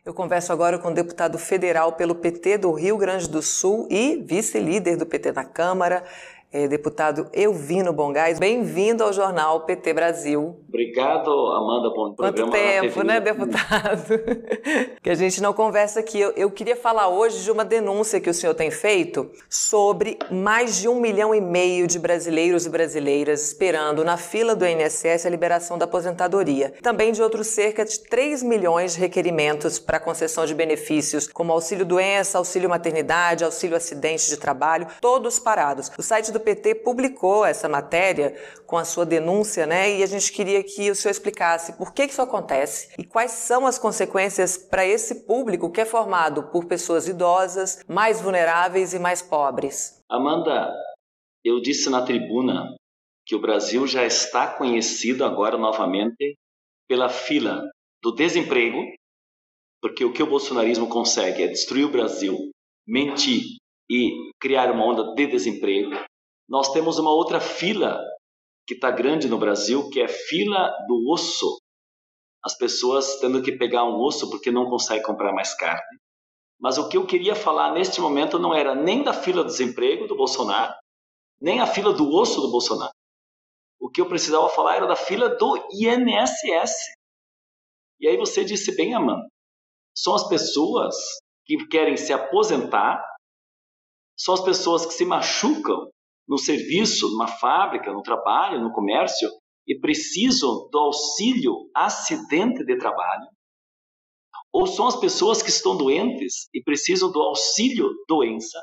Eu converso agora com o deputado federal pelo PT do Rio Grande do Sul e vice-líder do PT na Câmara, deputado Elvino Bongás. Bem-vindo ao jornal PT Brasil. Obrigado, Amanda. Bom Quanto tempo, né, deputado? Que a gente não conversa aqui. Eu queria falar hoje de uma denúncia que o senhor tem feito sobre mais de 1,5 milhão de brasileiros e brasileiras esperando na fila do INSS a liberação da aposentadoria. Também de outros cerca de 3 milhões de requerimentos para concessão de benefícios, como auxílio-doença, auxílio-maternidade, auxílio-acidente de trabalho, todos parados. O site do PT publicou essa matéria com a sua denúncia, né? E a gente queria que o senhor explicasse por que isso acontece e quais são as consequências para esse público que é formado por pessoas idosas, mais vulneráveis e mais pobres. Amanda, eu disse na tribuna que o Brasil já está conhecido agora novamente pela fila do desemprego, porque o que o bolsonarismo consegue é destruir o Brasil, mentir e criar uma onda de desemprego. Nós temos uma outra fila que está grande no Brasil, que é fila do osso. As pessoas tendo que pegar um osso porque não conseguem comprar mais carne. Mas o que eu queria falar neste momento não era nem da fila do desemprego do Bolsonaro, nem a fila do osso do Bolsonaro. O que eu precisava falar era da fila do INSS. E aí você disse bem, Amanda, são as pessoas que querem se aposentar, são as pessoas que se machucam no serviço, numa fábrica, no trabalho, no comércio, e precisam do auxílio acidente de trabalho, ou são as pessoas que estão doentes e precisam do auxílio doença,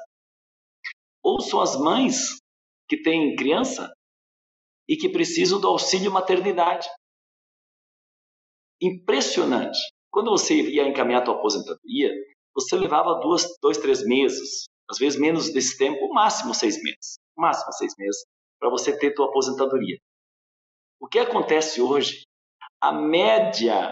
ou são as mães que têm criança e que precisam do auxílio maternidade. Impressionante. Quando você ia encaminhar a tua aposentadoria, você levava 2, 3 meses, às vezes menos desse tempo, o máximo 6 meses. Máximo 6 meses, para você ter tua aposentadoria. O que acontece hoje? A média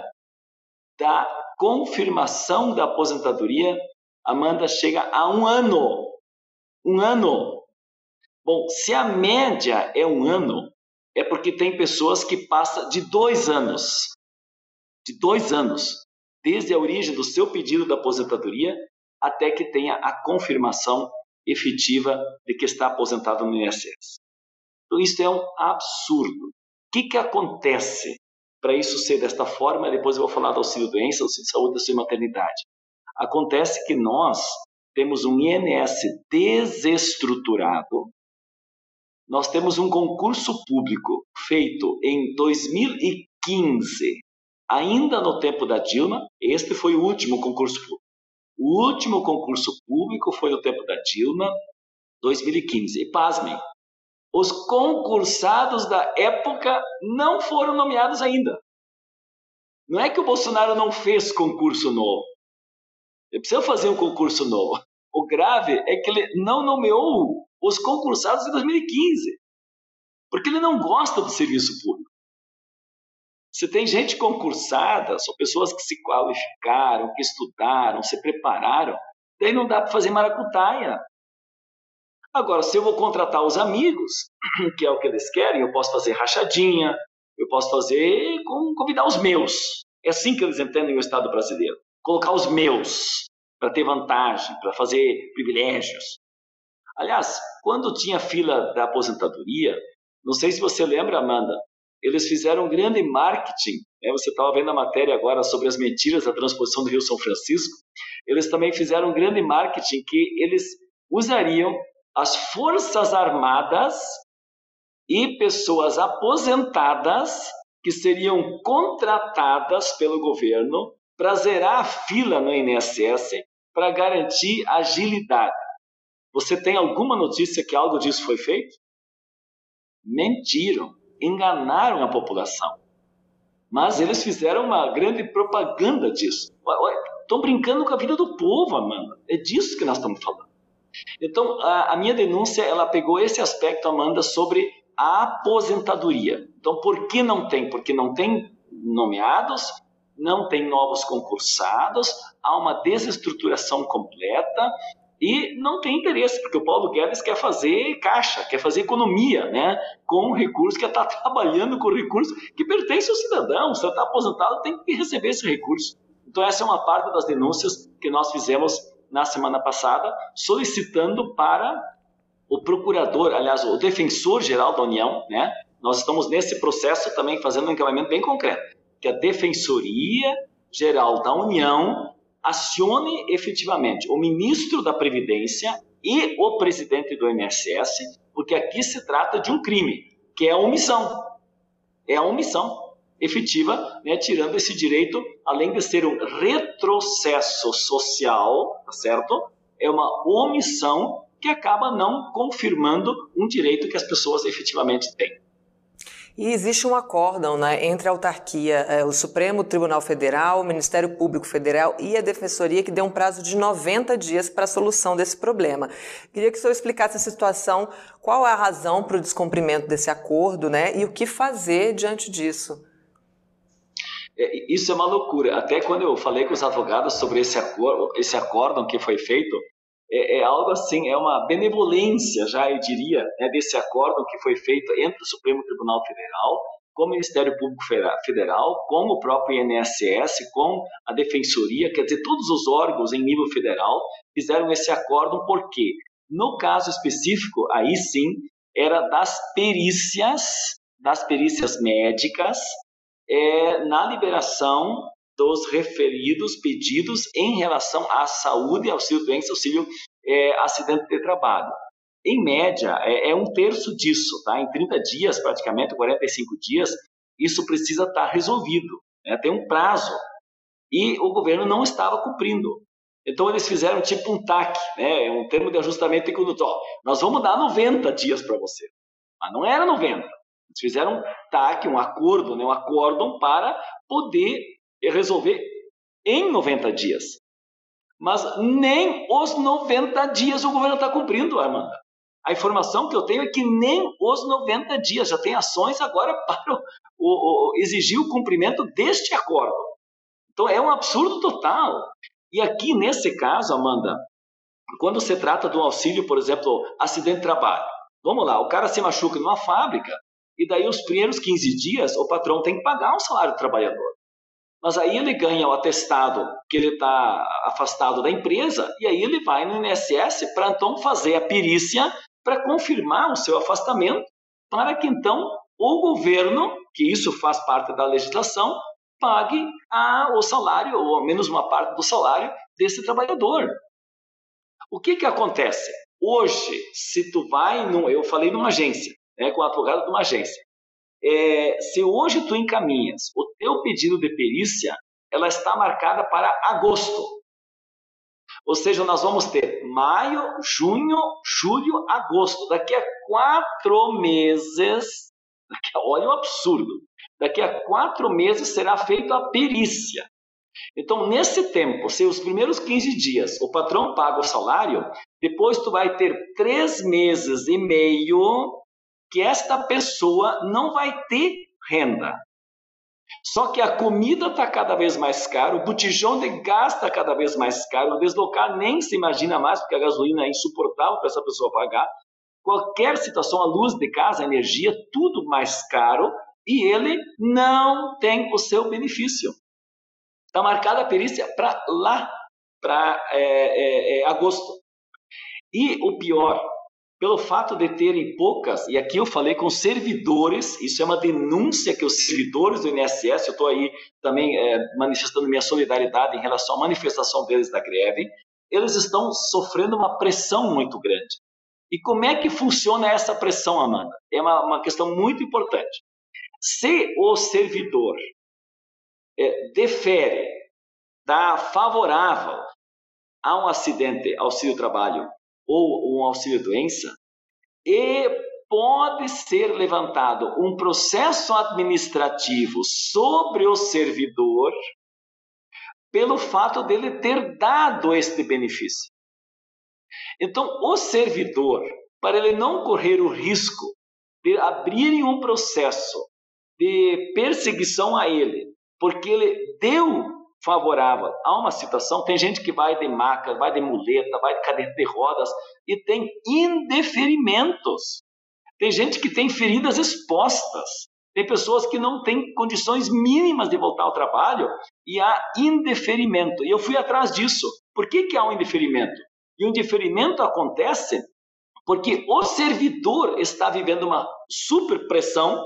da confirmação da aposentadoria, Amanda, chega a 1 ano. 1 ano. Bom, se a média é 1 ano, é porque tem pessoas que passam de 2 anos. De 2 anos. Desde a origem do seu pedido da aposentadoria até que tenha a confirmação efetiva de que está aposentado no INSS. Então, isso é um absurdo. O que acontece para isso ser desta forma? Depois eu vou falar do auxílio-doença, auxílio de saúde, auxílio maternidade. Acontece que nós temos um INSS desestruturado, nós temos um concurso público feito em 2015, ainda no tempo da Dilma. Este foi o último concurso público. O último concurso público foi no tempo da Dilma, 2015. E pasmem, os concursados da época não foram nomeados ainda. Não é que o Bolsonaro não fez concurso novo. Ele precisa fazer um concurso novo. O grave é que ele não nomeou os concursados em 2015, porque ele não gosta do serviço público. Você tem gente concursada, são pessoas que se qualificaram, que estudaram, se prepararam, daí não dá para fazer maracutaia. Agora, se eu vou contratar os amigos, que é o que eles querem, eu posso fazer rachadinha, eu posso fazer, convidar os meus. É assim que eles entendem o Estado brasileiro. Colocar os meus, para ter vantagem, para fazer privilégios. Aliás, quando tinha fila da aposentadoria, não sei se você lembra, Amanda, eles fizeram um grande marketing, né? Você estava vendo a matéria agora sobre as mentiras da transposição do Rio São Francisco. Eles também fizeram um grande marketing que eles usariam as Forças Armadas e pessoas aposentadas que seriam contratadas pelo governo para zerar a fila no INSS para garantir agilidade. Você tem alguma notícia que algo disso foi feito? Mentiram. Enganaram a população. Mas eles fizeram uma grande propaganda disso. Estão brincando com a vida do povo, Amanda. É disso que nós estamos falando. Então, a minha denúncia, ela pegou esse aspecto, Amanda, sobre a aposentadoria. Então, por que não tem? Porque não tem nomeados, não tem novos concursados, há uma desestruturação completa, e não tem interesse, porque o Paulo Guedes quer fazer caixa, quer fazer economia, né? Com recurso, quer estar trabalhando com recurso que pertence ao cidadão. Se você está aposentado, tem que receber esse recurso. Então, essa é uma parte das denúncias que nós fizemos na semana passada, solicitando para o procurador, aliás, o defensor-geral da União, né? Nós estamos nesse processo também fazendo um encaminhamento bem concreto, que a Defensoria-Geral da União acione efetivamente o ministro da Previdência e o presidente do INSS, porque aqui se trata de um crime, que é a omissão. É a omissão efetiva, né, tirando esse direito, além de ser um retrocesso social, tá certo? É uma omissão que acaba não confirmando um direito que as pessoas efetivamente têm. E existe um acórdão, né, entre a autarquia, o Supremo Tribunal Federal, o Ministério Público Federal e a Defensoria, que deu um prazo de 90 dias para a solução desse problema. Queria que o senhor explicasse essa situação, qual é a razão para o descumprimento desse acordo, né, e o que fazer diante disso. Isso é uma loucura. Até quando eu falei com os advogados sobre esse acórdão que foi feito, é algo assim, é uma benevolência, já eu diria, né, desse acórdão que foi feito entre o Supremo Tribunal Federal, com o Ministério Público Federal, com o próprio INSS, com a Defensoria, quer dizer, todos os órgãos em nível federal fizeram esse acórdão, porque no caso específico, aí sim, era das perícias médicas, na liberação dos referidos pedidos em relação à saúde, auxílio-doença, auxílio acidente de trabalho. Em média, é um terço disso, tá? Em 30 dias, praticamente, 45 dias, isso precisa estar resolvido, né? Tem um prazo. E o governo não estava cumprindo. Então, eles fizeram tipo um TAC, né? Um termo de ajustamento econômico. Nós vamos dar 90 dias para você. Mas não era 90. Eles fizeram um TAC, um acordo, né? Um acórdão para poder resolver em 90 dias. Mas nem os 90 dias o governo está cumprindo, Amanda. A informação que eu tenho é que nem os 90 dias, já tem ações agora para exigir o cumprimento deste acordo. Então é um absurdo total. E aqui nesse caso, Amanda, quando se trata de um auxílio, por exemplo, acidente de trabalho, vamos lá, o cara se machuca numa fábrica e daí os primeiros 15 dias o patrão tem que pagar o salário do trabalhador. Mas aí ele ganha o atestado que ele está afastado da empresa e aí ele vai no INSS para então fazer a perícia para confirmar o seu afastamento, para que então o governo, que isso faz parte da legislação, pague o salário, ou ao menos uma parte do salário desse trabalhador. O que acontece? Hoje, se tu vai, eu falei numa agência, né, com o advogado de uma agência, se hoje tu encaminhas o teu pedido de perícia, ela está marcada para agosto. Ou seja, nós vamos ter maio, junho, julho, agosto. Daqui a 4 meses, olha o absurdo, daqui a 4 meses será feita a perícia. Então, nesse tempo, se os primeiros 15 dias o patrão paga o salário, depois tu vai ter 3 meses e meio que esta pessoa não vai ter renda. Só que a comida está cada vez mais cara, o botijão de gás está cada vez mais caro, o deslocar nem se imagina mais, porque a gasolina é insuportável para essa pessoa pagar. Qualquer situação, a luz de casa, a energia, tudo mais caro, e ele não tem o seu benefício. Está marcada a perícia para lá, para agosto. E o pior, pelo fato de terem poucas, e aqui eu falei com servidores, isso é uma denúncia que os servidores do INSS, eu estou aí também manifestando minha solidariedade em relação à manifestação deles da greve, eles estão sofrendo uma pressão muito grande. E como é que funciona essa pressão, Amanda? É uma questão muito importante. Se o servidor defere, dá favorável a um acidente, auxílio-trabalho, ou um auxílio-doença, e pode ser levantado um processo administrativo sobre o servidor pelo fato dele ter dado este benefício. Então, o servidor, para ele não correr o risco de abrirem um processo de perseguição a ele, porque ele deu favorável a uma situação, tem gente que vai de maca, vai de muleta, vai de cadeira de rodas e tem indeferimentos. Tem gente que tem feridas expostas. Tem pessoas que não têm condições mínimas de voltar ao trabalho e há indeferimento. E eu fui atrás disso. Por que há um indeferimento? E o indeferimento acontece porque o servidor está vivendo uma superpressão,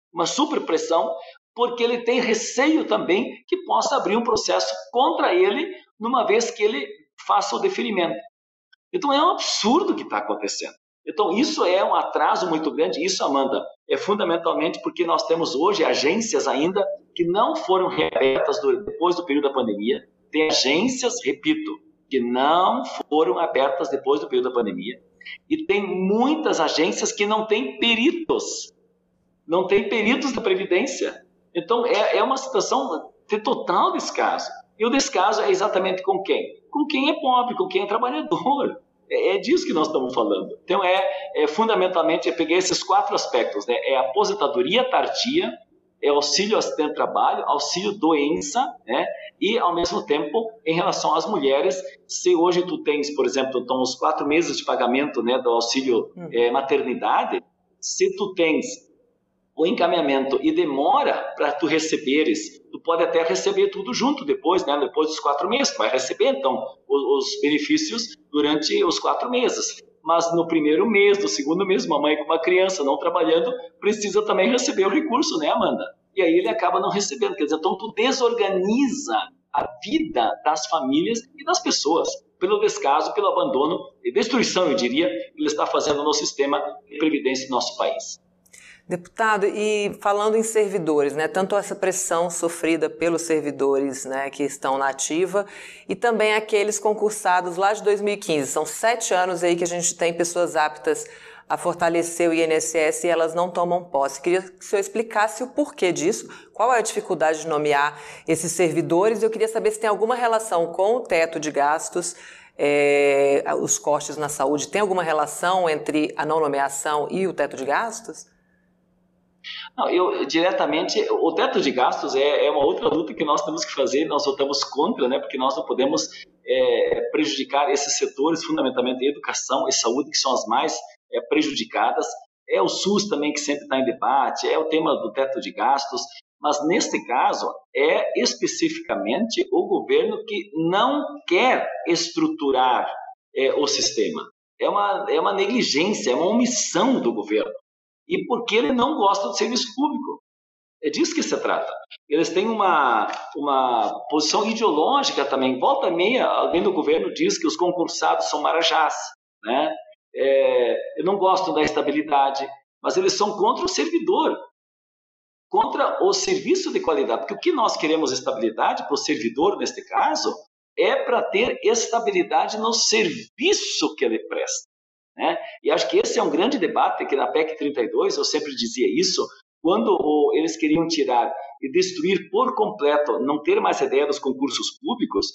porque ele tem receio também que possa abrir um processo contra ele, numa vez que ele faça o deferimento. Então é um absurdo o que está acontecendo. Então isso é um atraso muito grande. Isso, Amanda, é fundamentalmente porque nós temos hoje agências ainda que não foram reabertas depois do período da pandemia. Tem agências, repito, que não foram abertas depois do período da pandemia. E tem muitas agências que não têm peritos. Não tem peritos da Previdência. Então é uma situação de total descaso. E o descaso é exatamente com quem? Com quem é pobre, com quem é trabalhador. É disso que nós estamos falando. Então, fundamentalmente, eu peguei esses 4 aspectos, né? É aposentadoria tardia, é auxílio acidente de trabalho, auxílio doença, né? E, ao mesmo tempo, em relação às mulheres, se hoje tu tens, por exemplo, então, os 4 meses de pagamento, né, do auxílio maternidade, se tu tens o encaminhamento e demora para tu receberes, tu pode até receber tudo junto depois, né? Depois dos 4 meses, tu vai receber, então, os benefícios durante os 4 meses. Mas no primeiro mês, no segundo mês, uma mãe com uma criança não trabalhando, precisa também receber o recurso, né, Amanda? E aí ele acaba não recebendo. Quer dizer, então tu desorganiza a vida das famílias e das pessoas, pelo descaso, pelo abandono e destruição, eu diria, que ele está fazendo no sistema de previdência do nosso país. Deputado, e falando em servidores, né, tanto essa pressão sofrida pelos servidores, né, que estão na ativa e também aqueles concursados lá de 2015. São 7 anos aí que a gente tem pessoas aptas a fortalecer o INSS e elas não tomam posse. Queria que o senhor explicasse o porquê disso, qual é a dificuldade de nomear esses servidores. Eu queria saber se tem alguma relação com o teto de gastos, os cortes na saúde. Tem alguma relação entre a não nomeação e o teto de gastos? Não, diretamente, o teto de gastos é uma outra luta que nós temos que fazer, nós votamos contra, né, porque nós não podemos prejudicar esses setores, fundamentalmente educação e saúde, que são as mais prejudicadas. É o SUS também que sempre está em debate, é o tema do teto de gastos, mas neste caso é especificamente o governo que não quer estruturar o sistema. É uma negligência, é uma omissão do governo. E porque ele não gosta do serviço público. É disso que se trata. Eles têm uma posição ideológica também. Volta e meia, alguém do governo diz que os concursados são marajás, né? Não gostam da estabilidade, mas eles são contra o servidor, contra o serviço de qualidade. Porque o que nós queremos estabilidade para o servidor, neste caso, é para ter estabilidade no serviço que ele presta. Né? E acho que esse é um grande debate, que na PEC 32, eu sempre dizia isso, quando eles queriam tirar e destruir por completo, não ter mais ideia dos concursos públicos,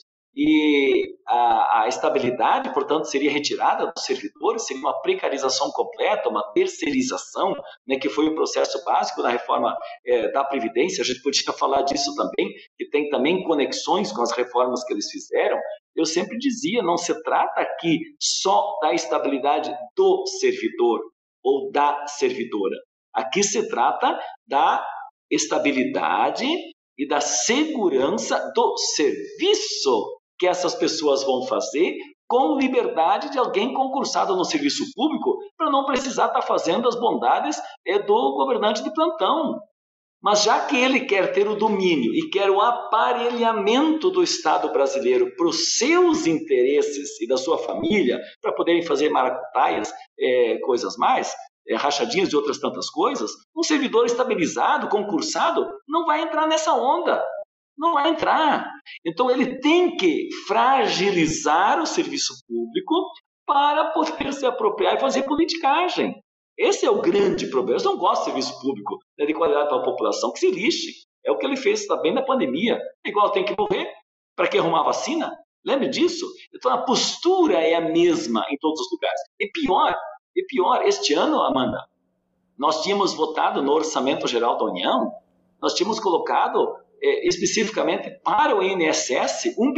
e a estabilidade, portanto, seria retirada dos servidores, seria uma precarização completa, uma terceirização, né, que foi o processo básico da reforma da Previdência. A gente podia falar disso também, que tem também conexões com as reformas que eles fizeram. Eu sempre dizia, não se trata aqui só da estabilidade do servidor ou da servidora. Aqui se trata da estabilidade e da segurança do serviço que essas pessoas vão fazer, com liberdade de alguém concursado no serviço público, para não precisar estar fazendo as bondades do governante de plantão. Mas já que ele quer ter o domínio e quer o aparelhamento do Estado brasileiro para os seus interesses e da sua família, para poderem fazer maracutaias, coisas mais, rachadinhas e outras tantas coisas, um servidor estabilizado, concursado, não vai entrar nessa onda. Não vai entrar. Então, ele tem que fragilizar o serviço público para poder se apropriar e fazer politicagem. Esse é o grande problema. Eu não gosto de serviço público, né, de qualidade para a população, que se lixe. É o que ele fez também na pandemia. Igual tem que morrer. Para que arrumar vacina? Lembre disso? Então, a postura é a mesma em todos os lugares. E pior, este ano, Amanda, nós tínhamos votado no Orçamento Geral da União, nós tínhamos colocado especificamente para o INSS 1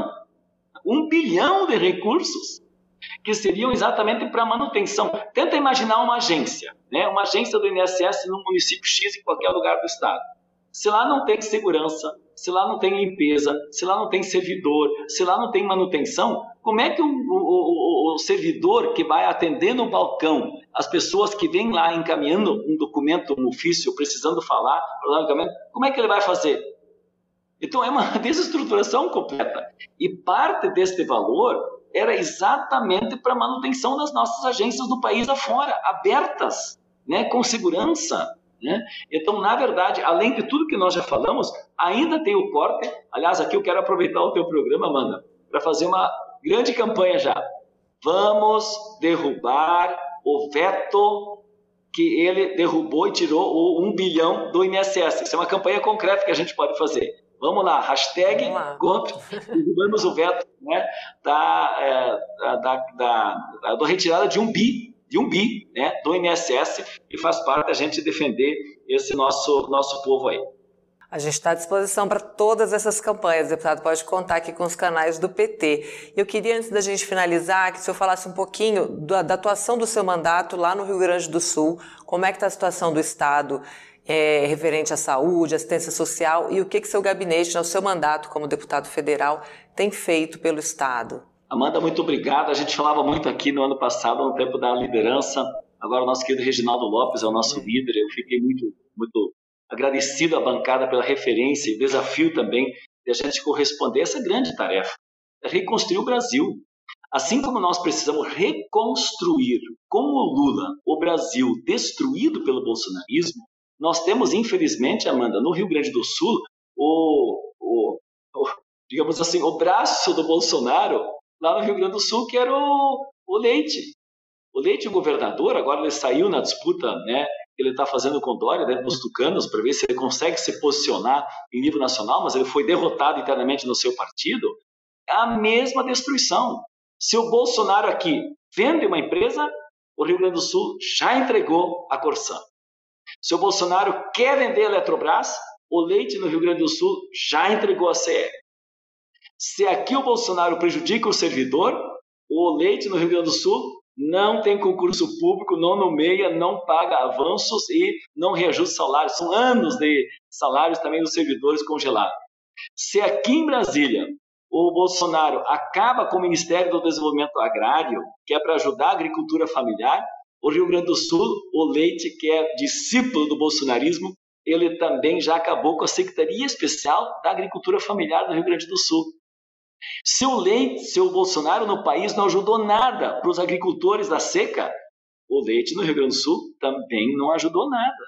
bilhão de recursos que seriam exatamente para manutenção. Tenta imaginar uma agência, né? Uma agência do INSS num município X em qualquer lugar do estado. Se lá não tem segurança, se lá não tem limpeza, se lá não tem servidor, se lá não tem manutenção, como é que o servidor que vai atender no balcão as pessoas que vêm lá encaminhando um documento, um ofício, precisando falar, como é que ele vai fazer? Então é uma desestruturação completa. E parte deste valor era exatamente para a manutenção das nossas agências do país afora, abertas, né, com segurança. Né? Então, na verdade, além de tudo que nós já falamos, ainda tem o corte. Aliás, aqui eu quero aproveitar o teu programa, Amanda, para fazer uma grande campanha já. Vamos derrubar o veto que ele derrubou e tirou o 1 bilhão do INSS. Isso é uma campanha concreta que a gente pode fazer. Vamos lá, hashtag derrubamos o veto, né, da retirada de 1 bi, né, do INSS, e faz parte a gente defender esse nosso povo aí. A gente está à disposição para todas essas campanhas, deputado, pode contar aqui com os canais do PT. Eu queria, antes da gente finalizar, que o senhor falasse um pouquinho da atuação do seu mandato lá no Rio Grande do Sul, como é que está a situação do Estado referente à saúde, assistência social, e o que seu gabinete, o seu mandato como deputado federal, tem feito pelo Estado. Amanda, muito obrigado. A gente falava muito aqui no ano passado, no tempo da liderança. Agora o nosso querido Reginaldo Lopes é o nosso líder. Eu fiquei muito agradecido à bancada pela referência e o desafio também de a gente corresponder a essa grande tarefa, reconstruir o Brasil. Assim como nós precisamos reconstruir, com o Lula, o Brasil destruído pelo bolsonarismo, nós temos, infelizmente, Amanda, no Rio Grande do Sul, digamos assim, o braço do Bolsonaro lá no Rio Grande do Sul, que era o Leite. O Leite, o governador, agora ele saiu na disputa, né, que ele está fazendo com Dória, dentro dos tucanos, para ver se ele consegue se posicionar em nível nacional, mas ele foi derrotado internamente no seu partido. É a mesma destruição. Se o Bolsonaro aqui vende uma empresa, o Rio Grande do Sul já entregou a Corsã. Se o Bolsonaro quer vender a Eletrobras, o Leite no Rio Grande do Sul já entregou a CE. Se aqui o Bolsonaro prejudica o servidor, o Leite no Rio Grande do Sul não tem concurso público, não nomeia, não paga avanços e não reajusta salários. São anos de salários também dos servidores congelados. Se aqui em Brasília o Bolsonaro acaba com o Ministério do Desenvolvimento Agrário, que é para ajudar a agricultura familiar, o Rio Grande do Sul, o Leite, que é discípulo do bolsonarismo, ele também já acabou com a Secretaria Especial da Agricultura Familiar do Rio Grande do Sul. Se o Bolsonaro no país não ajudou nada para os agricultores da seca, o Leite no Rio Grande do Sul também não ajudou nada.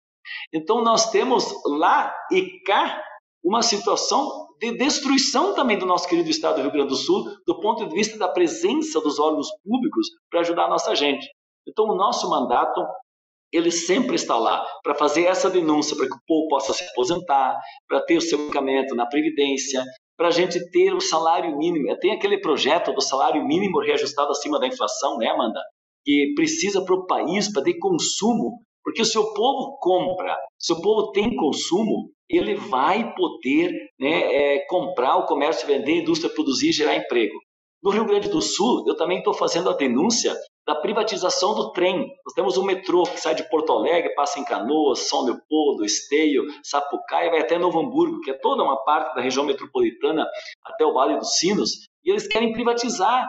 Então nós temos lá e cá uma situação de destruição também do nosso querido estado do Rio Grande do Sul, do ponto de vista da presença dos órgãos públicos para ajudar a nossa gente. Então o nosso mandato, ele sempre está lá para fazer essa denúncia, para que o povo possa se aposentar, para ter o seu encaminhamento na Previdência, para a gente ter o salário mínimo. Tem aquele projeto do salário mínimo reajustado acima da inflação, né, Amanda? Que precisa para o país, para ter consumo, porque se o povo compra, se o povo tem consumo, ele vai poder, né, comprar, o comércio vender, a indústria produzir e gerar emprego. No Rio Grande do Sul, eu também estou fazendo a denúncia da privatização do trem. Nós temos um metrô que sai de Porto Alegre, passa em Canoas, São Leopoldo, Esteio, Sapucaia, vai até Novo Hamburgo, que é toda uma parte da região metropolitana, até o Vale dos Sinos, e eles querem privatizar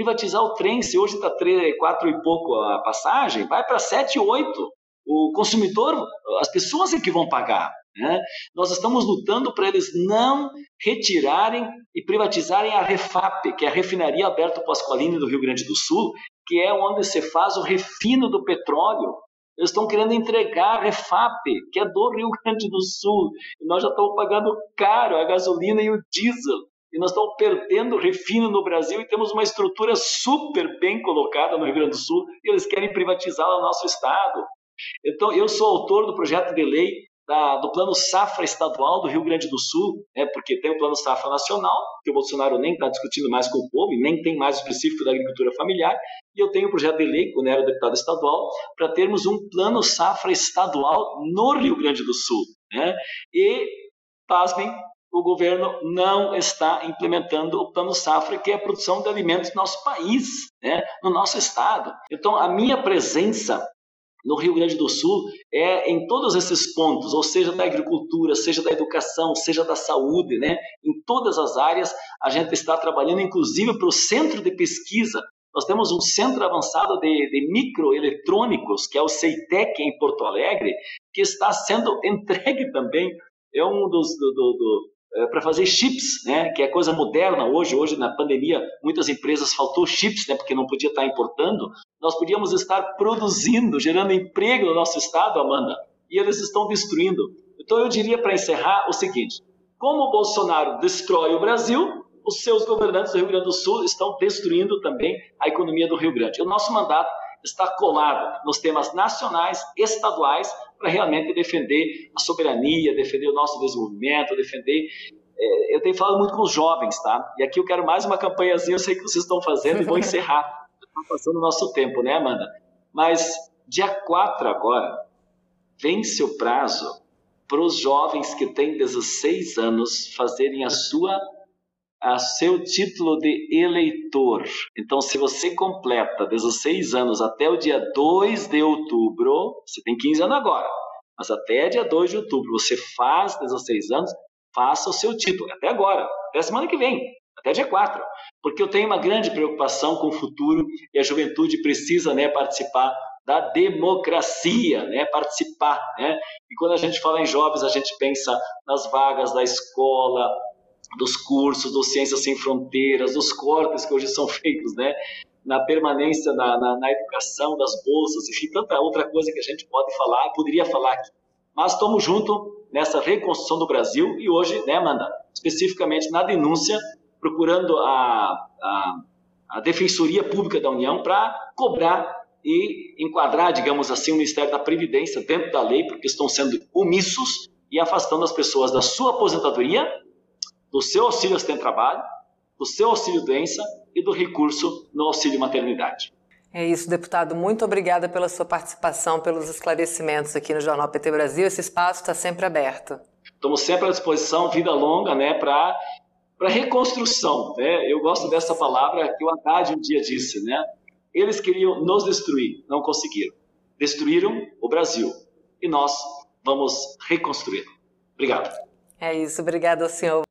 o trem. Se hoje está 4 e pouco a passagem, vai para 7, 8. O consumidor, as pessoas é que vão pagar. Né? Nós estamos lutando para eles não retirarem e privatizarem a Refap, que é a refinaria Alberto Pasqualini do Rio Grande do Sul, que é onde se faz o refino do petróleo. Eles estão querendo entregar a Refap, que é do Rio Grande do Sul, e nós já estamos pagando caro a gasolina e o diesel, e nós estamos perdendo o refino no Brasil e temos uma estrutura super bem colocada no Rio Grande do Sul, e eles querem privatizar o nosso estado. Então, eu sou autor do projeto de lei do Plano Safra Estadual do Rio Grande do Sul, porque tem o Plano Safra Nacional, que o Bolsonaro nem está discutindo mais com o povo, e nem tem mais específico da agricultura familiar, e eu tenho um projeto de lei, quando era deputado estadual, para termos um Plano Safra Estadual no Rio Grande do Sul. Né? E, pasmem, o governo não está implementando o Plano Safra, que é a produção de alimentos no nosso país, né? No nosso estado. Então, a minha presença no Rio Grande do Sul é em todos esses pontos, ou seja, da agricultura, seja da educação, seja da saúde, né? Em todas as áreas a gente está trabalhando, inclusive para o centro de pesquisa. Nós temos um centro avançado de microeletrônicos, que é o CEITEC em Porto Alegre, que está sendo entregue também, é um dos para fazer chips, né, que é coisa moderna hoje. Hoje, na pandemia, muitas empresas faltou chips, né, porque não podia estar importando. Nós podíamos estar produzindo, gerando emprego no nosso estado, Amanda, e eles estão destruindo. Então, eu diria, para encerrar, o seguinte: como o Bolsonaro destrói o Brasil, os seus governantes do Rio Grande do Sul estão destruindo também a economia do Rio Grande. O nosso mandato está colado nos temas nacionais, estaduais, para realmente defender a soberania, defender o nosso desenvolvimento, defender... Eu tenho falado muito com os jovens, tá? E aqui eu quero mais uma campanhazinha, eu sei que vocês estão fazendo, e vou encerrar. Está passando o nosso tempo, né, Amanda? Mas dia 4 agora, vence o prazo para os jovens que têm 16 anos fazerem a seu título de eleitor. Então, se você completa 16 anos até o dia 2 de outubro, você tem 15 anos agora, mas até dia 2 de outubro você faz 16 anos, faça o seu título, até agora, até semana que vem, até dia 4, porque eu tenho uma grande preocupação com o futuro e a juventude precisa, né, participar da democracia, né, participar, né? E quando a gente fala em jovens, a gente pensa nas vagas da escola, dos cursos, do Ciências Sem Fronteiras, dos cortes que hoje são feitos, né, na permanência na educação, das bolsas, enfim, tanta outra coisa que a gente pode falar, poderia falar aqui. Mas estamos juntos nessa reconstrução do Brasil e hoje, né, Amanda, especificamente na denúncia, procurando a Defensoria Pública da União para cobrar e enquadrar, digamos assim, o Ministério da Previdência dentro da lei, porque estão sendo omissos e afastando as pessoas da sua aposentadoria, do seu auxílio assistente trabalho, do seu auxílio doença e do recurso no auxílio maternidade. É isso, deputado. Muito obrigada pela sua participação, pelos esclarecimentos aqui no Jornal PT Brasil. Esse espaço está sempre aberto. Estamos sempre à disposição, vida longa, né, para reconstrução, né? Eu gosto dessa palavra que o Haddad um dia disse, né? Eles queriam nos destruir, não conseguiram. Destruíram o Brasil e nós vamos reconstruir. Obrigado. É isso, obrigado ao senhor.